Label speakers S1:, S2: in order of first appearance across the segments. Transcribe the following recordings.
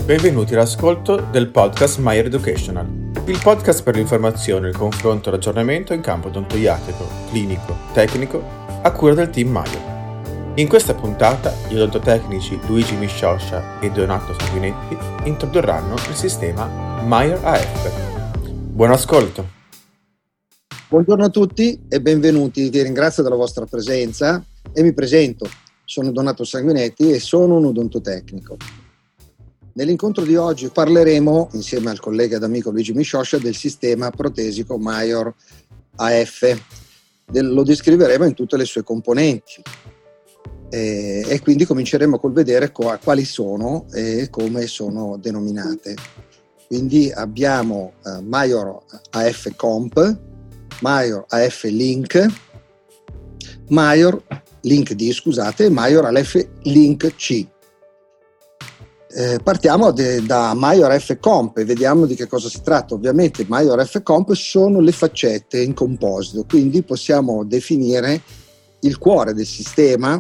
S1: Benvenuti all'ascolto del podcast Maior Educational, il podcast per l'informazione, il confronto e l'aggiornamento in campo odontoiatrico, clinico, tecnico, a cura del team Maior. In questa puntata gli odontotecnici Luigi Miscioscia e Donato Sanguinetti introdurranno il sistema Maior AF. Buon ascolto!
S2: Buongiorno a tutti e benvenuti, vi ringrazio della vostra presenza e mi presento. Sono Donato Sanguinetti e sono un odontotecnico. Nell'incontro di oggi parleremo, insieme al collega ed amico Luigi Miscioscia, del sistema protesico Maior AF. Lo descriveremo in tutte le sue componenti e quindi cominceremo col vedere quali sono e come sono denominate. Quindi abbiamo Maior AF Comp, Maior AF Link, Maior Link D, scusate, e Maior AF Link C. Partiamo da Maior AF Comp e vediamo di che cosa si tratta. Ovviamente Maior AF Comp sono le faccette in composito, quindi possiamo definire il cuore del sistema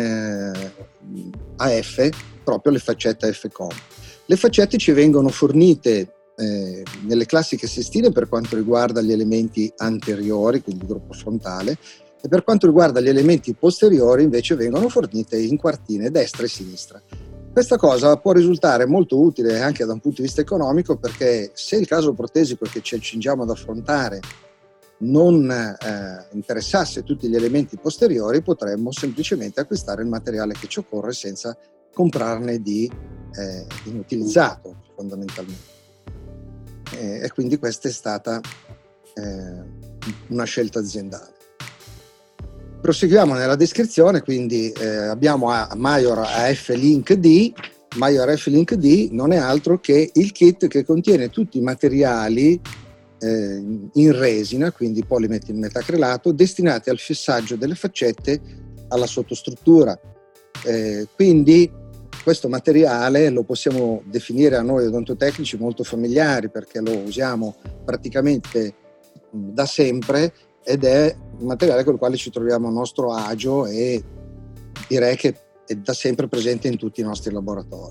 S2: AF, proprio le faccette AF Comp. Le faccette ci vengono fornite nelle classiche sestine per quanto riguarda gli elementi anteriori, quindi il gruppo frontale, e per quanto riguarda gli elementi posteriori invece vengono fornite in quartine destra e sinistra. Questa cosa può risultare molto utile anche da un punto di vista economico, perché se il caso protesico che ci accingiamo ad affrontare non interessasse tutti gli elementi posteriori, potremmo semplicemente acquistare il materiale che ci occorre senza comprarne di inutilizzato, fondamentalmente. E quindi questa è stata una scelta aziendale. Proseguiamo nella descrizione, quindi abbiamo Maior AF Link D. Maior AF Link D non è altro che il kit che contiene tutti i materiali in resina, quindi polimetilmetacrilato, destinati al fissaggio delle faccette alla sottostruttura. Quindi questo materiale lo possiamo definire a noi odontotecnici molto familiari, perché lo usiamo praticamente da sempre ed è un materiale con il quale ci troviamo a nostro agio e direi che è da sempre presente in tutti i nostri laboratori.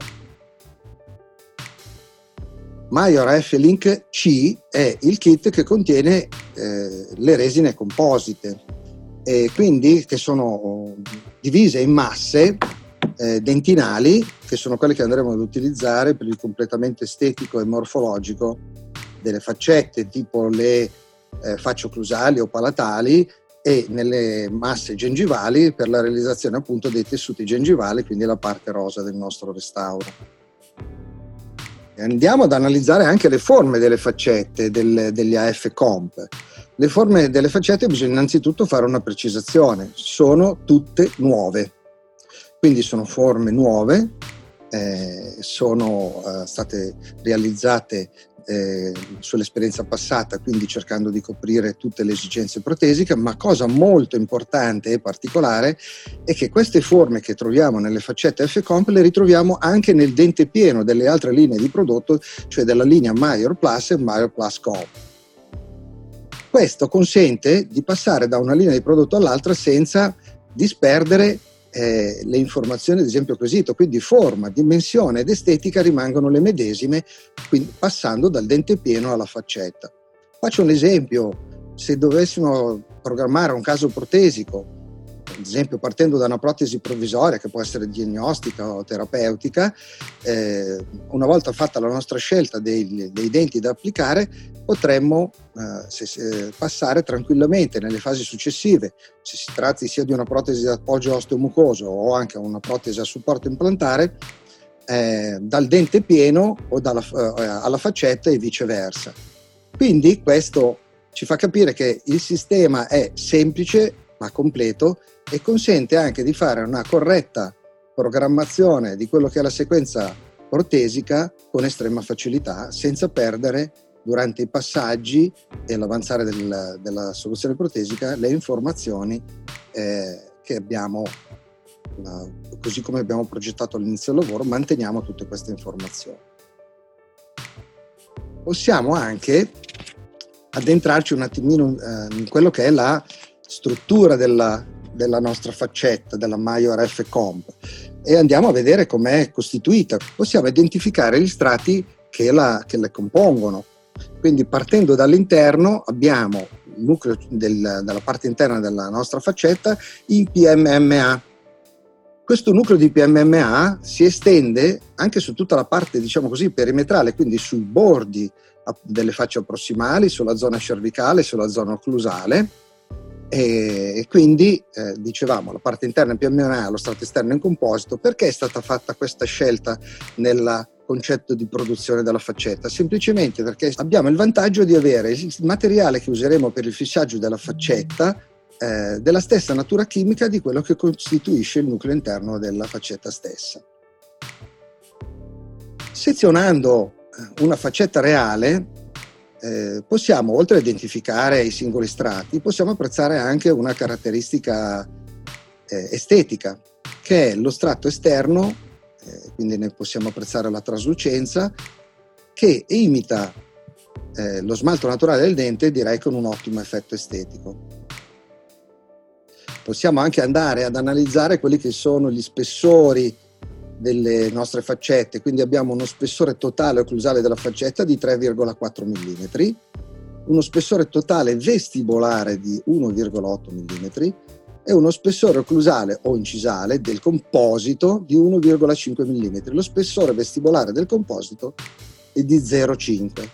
S2: Maior AF Link C è il kit che contiene le resine composite, e quindi che sono divise in masse dentinali, che sono quelle che andremo ad utilizzare per il completamento estetico e morfologico delle faccette, tipo le facce occlusali o palatali, e nelle masse gengivali per la realizzazione appunto dei tessuti gengivali, quindi la parte rosa del nostro restauro. E andiamo ad analizzare anche le forme delle faccette degli AF Comp. Le forme delle faccette bisogna innanzitutto fare una precisazione: sono tutte nuove, quindi sono forme nuove, sono state realizzate sull'esperienza passata, quindi cercando di coprire tutte le esigenze protesiche. Ma cosa molto importante e particolare è che queste forme che troviamo nelle faccette AF Comp le ritroviamo anche nel dente pieno delle altre linee di prodotto, cioè della linea Maior Plus e Maior Plus Comp. Questo consente di passare da una linea di prodotto all'altra senza disperdere le informazioni, ad esempio quesito, quindi forma, dimensione ed estetica rimangono le medesime, quindi passando dal dente pieno alla faccetta. Faccio un esempio: se dovessimo programmare un caso protesico, ad esempio partendo da una protesi provvisoria che può essere diagnostica o terapeutica, una volta fatta la nostra scelta dei denti da applicare, potremmo passare tranquillamente nelle fasi successive, se si tratti sia di una protesi d'appoggio osteomucoso o anche una protesi a supporto implantare, dal dente pieno o alla faccetta e viceversa. Quindi questo ci fa capire che il sistema è semplice ma completo e consente anche di fare una corretta programmazione di quello che è la sequenza protesica con estrema facilità, senza perdere durante i passaggi e l'avanzare della soluzione protesica le informazioni che abbiamo, così come abbiamo progettato all'inizio del lavoro. Manteniamo tutte queste informazioni. Possiamo anche addentrarci un attimino in quello che è la struttura della nostra faccetta, della Maior AF Comp. e andiamo a vedere com'è costituita. Possiamo identificare gli strati che le compongono. Quindi partendo dall'interno abbiamo il nucleo della parte interna della nostra faccetta in PMMA. Questo nucleo di PMMA si estende anche su tutta la parte, diciamo così, perimetrale, quindi sui bordi delle facce prossimali, sulla zona cervicale, sulla zona occlusale, e quindi dicevamo la parte interna in PMMA, lo strato esterno in composito. Perché è stata fatta questa scelta nel concetto di produzione della faccetta? Semplicemente perché abbiamo il vantaggio di avere il materiale che useremo per il fissaggio della faccetta della stessa natura chimica di quello che costituisce il nucleo interno della faccetta stessa. Sezionando una faccetta reale possiamo, oltre a identificare i singoli strati, possiamo apprezzare anche una caratteristica estetica, che è lo strato esterno, quindi ne possiamo apprezzare la traslucenza, che imita lo smalto naturale del dente, direi con un ottimo effetto estetico. Possiamo anche andare ad analizzare quelli che sono gli spessori delle nostre faccette, quindi abbiamo uno spessore totale occlusale della faccetta di 3,4 mm, uno spessore totale vestibolare di 1,8 mm e uno spessore occlusale o incisale del composito di 1,5 mm. Lo spessore vestibolare del composito è di 0,5.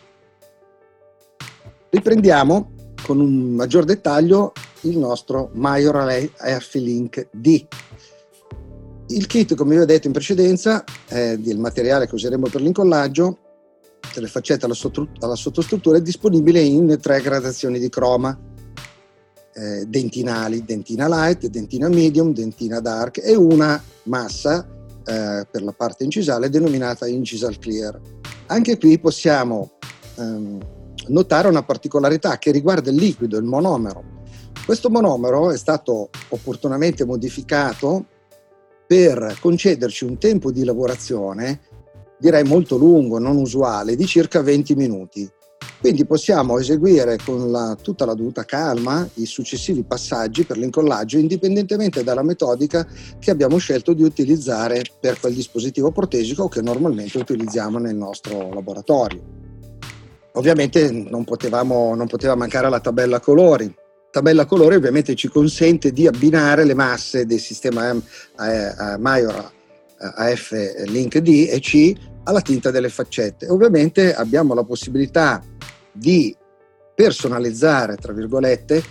S2: Riprendiamo con un maggior dettaglio il nostro Major AF-Link D. Il kit, come vi ho detto in precedenza, è del materiale che useremo per l'incollaggio delle faccette alla sottostruttura, è disponibile in 3 gradazioni di croma dentinali: dentina light, dentina medium, dentina dark, e una massa per la parte incisale denominata Incisal Clear. Anche qui possiamo notare una particolarità che riguarda il liquido, il monomero. Questo monomero è stato opportunamente modificato per concederci un tempo di lavorazione, direi molto lungo, non usuale, di circa 20 minuti. Quindi possiamo eseguire con tutta la dovuta calma i successivi passaggi per l'incollaggio, indipendentemente dalla metodica che abbiamo scelto di utilizzare per quel dispositivo protesico che normalmente utilizziamo nel nostro laboratorio. Ovviamente non poteva mancare la tabella colori. Tabella colori ovviamente ci consente di abbinare le masse del sistema Major AF-Link D e C alla tinta delle faccette. Ovviamente abbiamo la possibilità di personalizzare, tra virgolette,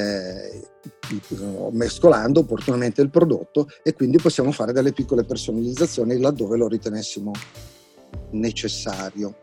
S2: mescolando opportunamente il prodotto, e quindi possiamo fare delle piccole personalizzazioni laddove lo ritenessimo necessario.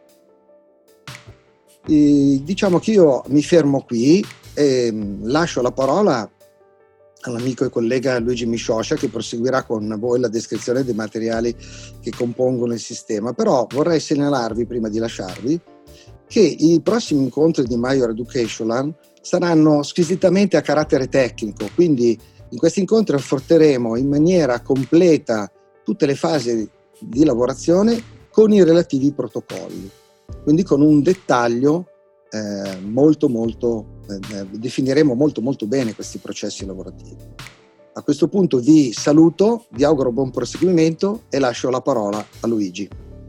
S2: Diciamo che io mi fermo qui e lascio la parola all'amico e collega Luigi Miscioscia, che proseguirà con voi la descrizione dei materiali che compongono il sistema. Però vorrei segnalarvi, prima di lasciarvi, che i prossimi incontri di Major Educational saranno squisitamente a carattere tecnico, quindi in questi incontri affronteremo in maniera completa tutte le fasi di lavorazione con i relativi protocolli, quindi con un dettaglio definiremo molto bene questi processi lavorativi. A questo punto vi saluto, vi auguro buon proseguimento e lascio la parola a Luigi.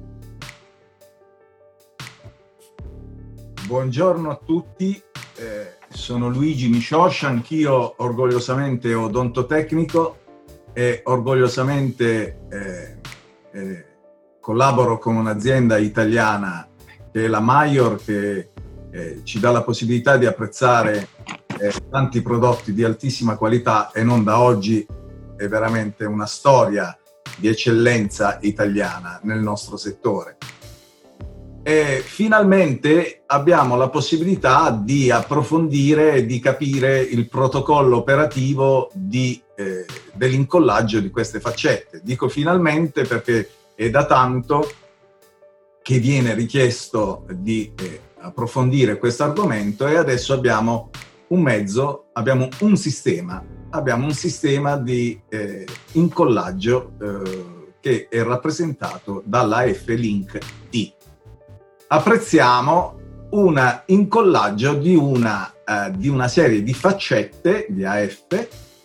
S3: Buongiorno a tutti, sono Luigi Miscioscia, anch'io orgogliosamente odontotecnico e orgogliosamente collaboro con un'azienda italiana che è la Major, che ci dà la possibilità di apprezzare tanti prodotti di altissima qualità, e non da oggi è veramente una storia di eccellenza italiana nel nostro settore. E finalmente abbiamo la possibilità di approfondire e di capire il protocollo operativo dell'incollaggio di queste faccette. Dico finalmente perché è da tanto che viene richiesto di approfondire questo argomento, e adesso abbiamo un mezzo, abbiamo un sistema di incollaggio che è rappresentato dalla AF-Link D. Apprezziamo un incollaggio di una serie di faccette di AF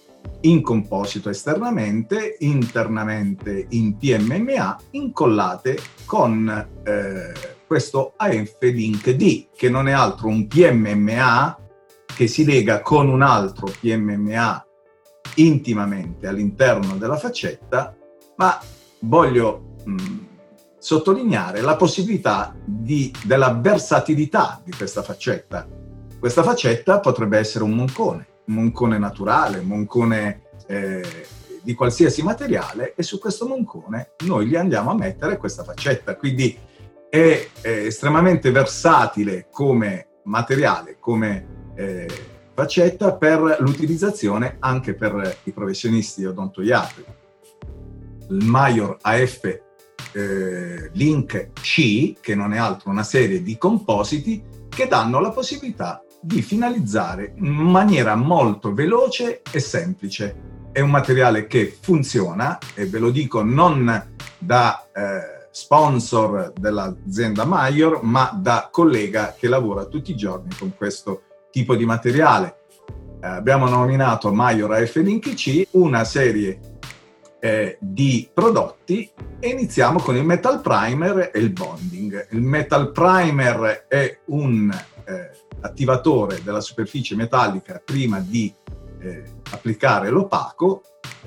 S3: in composito esternamente, internamente in PMMA, incollate con questo AF Link D, che non è altro un PMMA che si lega con un altro PMMA intimamente all'interno della faccetta, ma voglio sottolineare la possibilità della versatilità di questa faccetta. Questa faccetta potrebbe essere un moncone naturale, un moncone di qualsiasi materiale, e su questo moncone noi gli andiamo a mettere questa faccetta. Quindi è estremamente versatile come materiale, come faccetta per l'utilizzazione anche per i professionisti odontoiatri. Il Major AF Link C, che non è altro una serie di compositi che danno la possibilità di finalizzare in maniera molto veloce e semplice. È un materiale che funziona, e ve lo dico non da sponsor dell'azienda Major, ma da collega che lavora tutti i giorni con questo tipo di materiale. Abbiamo nominato Major AF Link C, una serie di prodotti, e iniziamo con il Metal Primer e il bonding. Il Metal Primer è un attivatore della superficie metallica prima di applicare l'opaco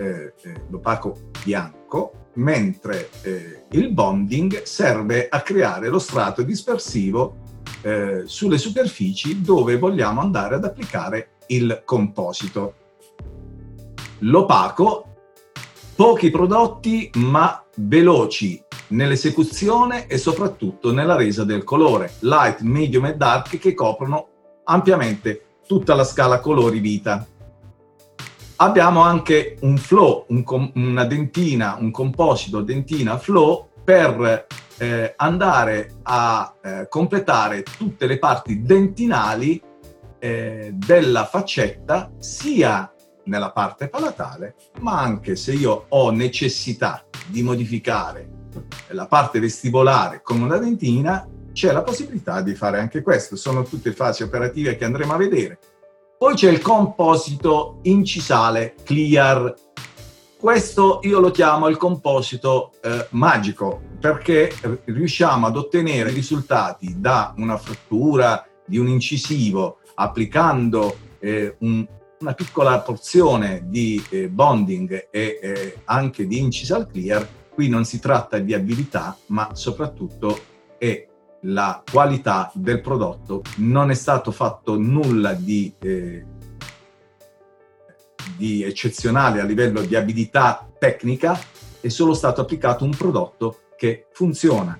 S3: bianco, mentre il bonding serve a creare lo strato dispersivo sulle superfici dove vogliamo andare ad applicare il composito. L'opaco, pochi prodotti ma veloci nell'esecuzione e soprattutto nella resa del colore, light, medium e dark, che coprono ampiamente tutta la scala colori vita. Abbiamo anche un flow, una dentina, un composito dentina flow per andare a completare tutte le parti dentinali della faccetta, sia nella parte palatale, ma anche se io ho necessità di modificare la parte vestibolare con una dentina, c'è la possibilità di fare anche questo. Sono tutte fasi operative che andremo a vedere. Poi c'è il composito incisale clear. Questo io lo chiamo il composito magico, perché riusciamo ad ottenere risultati da una frattura di un incisivo applicando una piccola porzione di bonding e anche di incisal clear. Qui non si tratta di abilità, ma soprattutto è la qualità del prodotto. Non è stato fatto nulla di eccezionale a livello di abilità tecnica, è solo stato applicato un prodotto che funziona.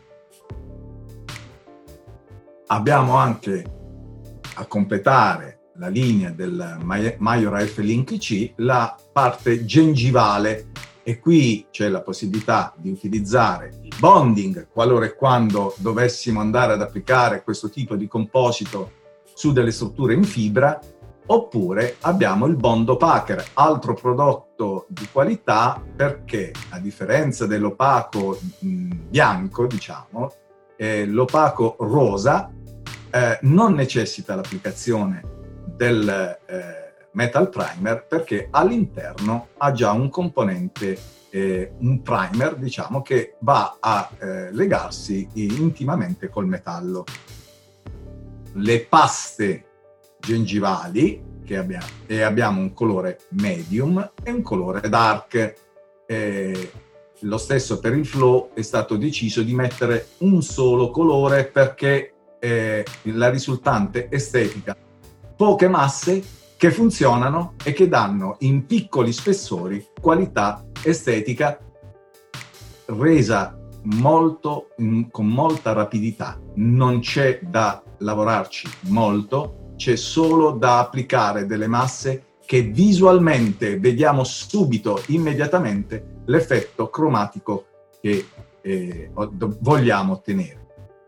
S3: Abbiamo anche, a completare la linea del Major AF Link C, la parte gengivale, e qui c'è la possibilità di utilizzare il bonding qualora e quando dovessimo andare ad applicare questo tipo di composito su delle strutture in fibra, oppure abbiamo il Bondo Packer, altro prodotto di qualità, perché a differenza dell'opaco bianco, diciamo, l'opaco rosa non necessita l'applicazione del Metal Primer, perché all'interno ha già un componente, un primer, diciamo, che va a legarsi intimamente col metallo. Le paste gengivali che abbiamo un colore medium e un colore dark. Lo stesso per il flow, è stato deciso di mettere un solo colore perché la risultante estetica, poche masse che funzionano e che danno in piccoli spessori qualità estetica resa con molta rapidità. Non c'è da lavorarci molto, c'è solo da applicare delle masse che visualmente vediamo subito, immediatamente, l'effetto cromatico che vogliamo ottenere.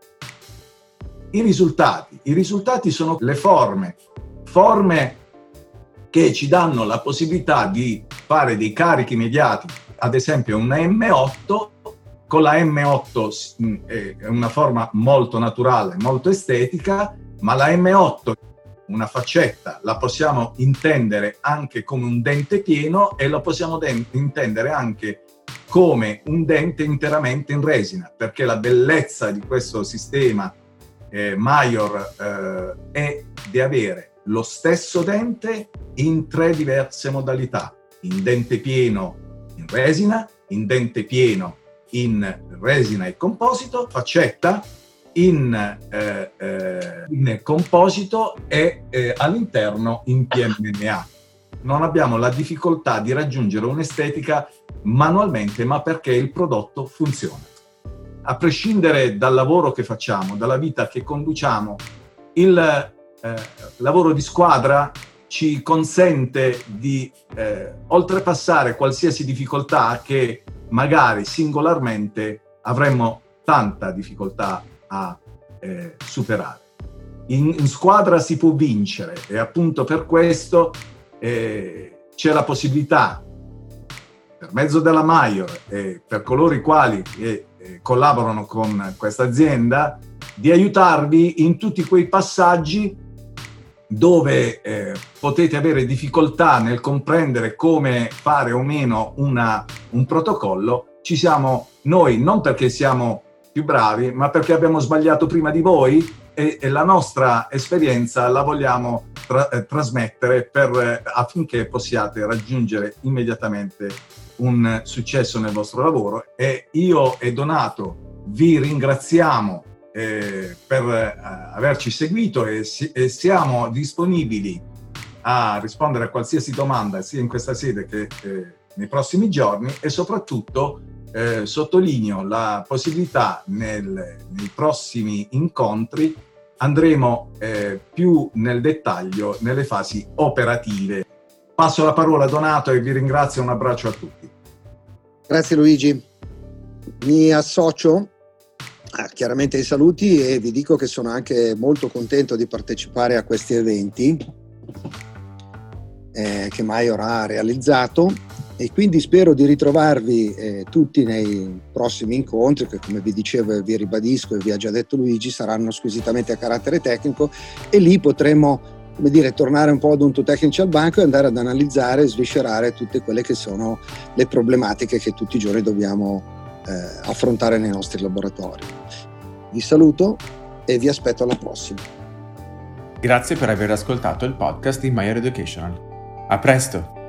S3: I risultati sono le forme che ci danno la possibilità di fare dei carichi immediati, ad esempio una M8. Con la M8 è una forma molto naturale, molto estetica, ma la M8, una faccetta la possiamo intendere anche come un dente pieno e la possiamo intendere anche come un dente interamente in resina, perché la bellezza di questo sistema Major è di avere lo stesso dente in 3 diverse modalità: in dente pieno in resina, in dente pieno in resina e composito, faccetta in composito e all'interno in PMMA. Non abbiamo la difficoltà di raggiungere un'estetica manualmente, ma perché il prodotto funziona. A prescindere dal lavoro che facciamo, dalla vita che conduciamo, il lavoro di squadra ci consente di oltrepassare qualsiasi difficoltà che magari singolarmente avremmo tanta difficoltà a superare. In squadra si può vincere e appunto per questo c'è la possibilità, per mezzo della Major e per coloro i quali collaborano con questa azienda, di aiutarvi in tutti quei passaggi dove potete avere difficoltà nel comprendere come fare o meno un protocollo. Ci siamo noi, non perché siamo più bravi, ma perché abbiamo sbagliato prima di voi e la nostra esperienza la vogliamo trasmettere affinché possiate raggiungere immediatamente un successo nel vostro lavoro. E io e Donato vi ringraziamo per averci seguito e siamo disponibili a rispondere a qualsiasi domanda sia in questa sede che nei prossimi giorni, e soprattutto sottolineo la possibilità nei prossimi incontri andremo più nel dettaglio nelle fasi operative. Passo la parola a Donato e vi ringrazio, un abbraccio a tutti.
S2: Grazie Luigi, mi associo chiaramente ai saluti e vi dico che sono anche molto contento di partecipare a questi eventi che Major ha realizzato, e quindi spero di ritrovarvi tutti nei prossimi incontri che, come vi dicevo e vi ribadisco e vi ha già detto Luigi, saranno squisitamente a carattere tecnico, e lì potremo, come dire, tornare un po' ad un To Technici al banco e andare ad analizzare e sviscerare tutte quelle che sono le problematiche che tutti i giorni dobbiamo affrontare nei nostri laboratori. Vi saluto e vi aspetto alla prossima.
S1: Grazie per aver ascoltato il podcast di Major Educational. A presto!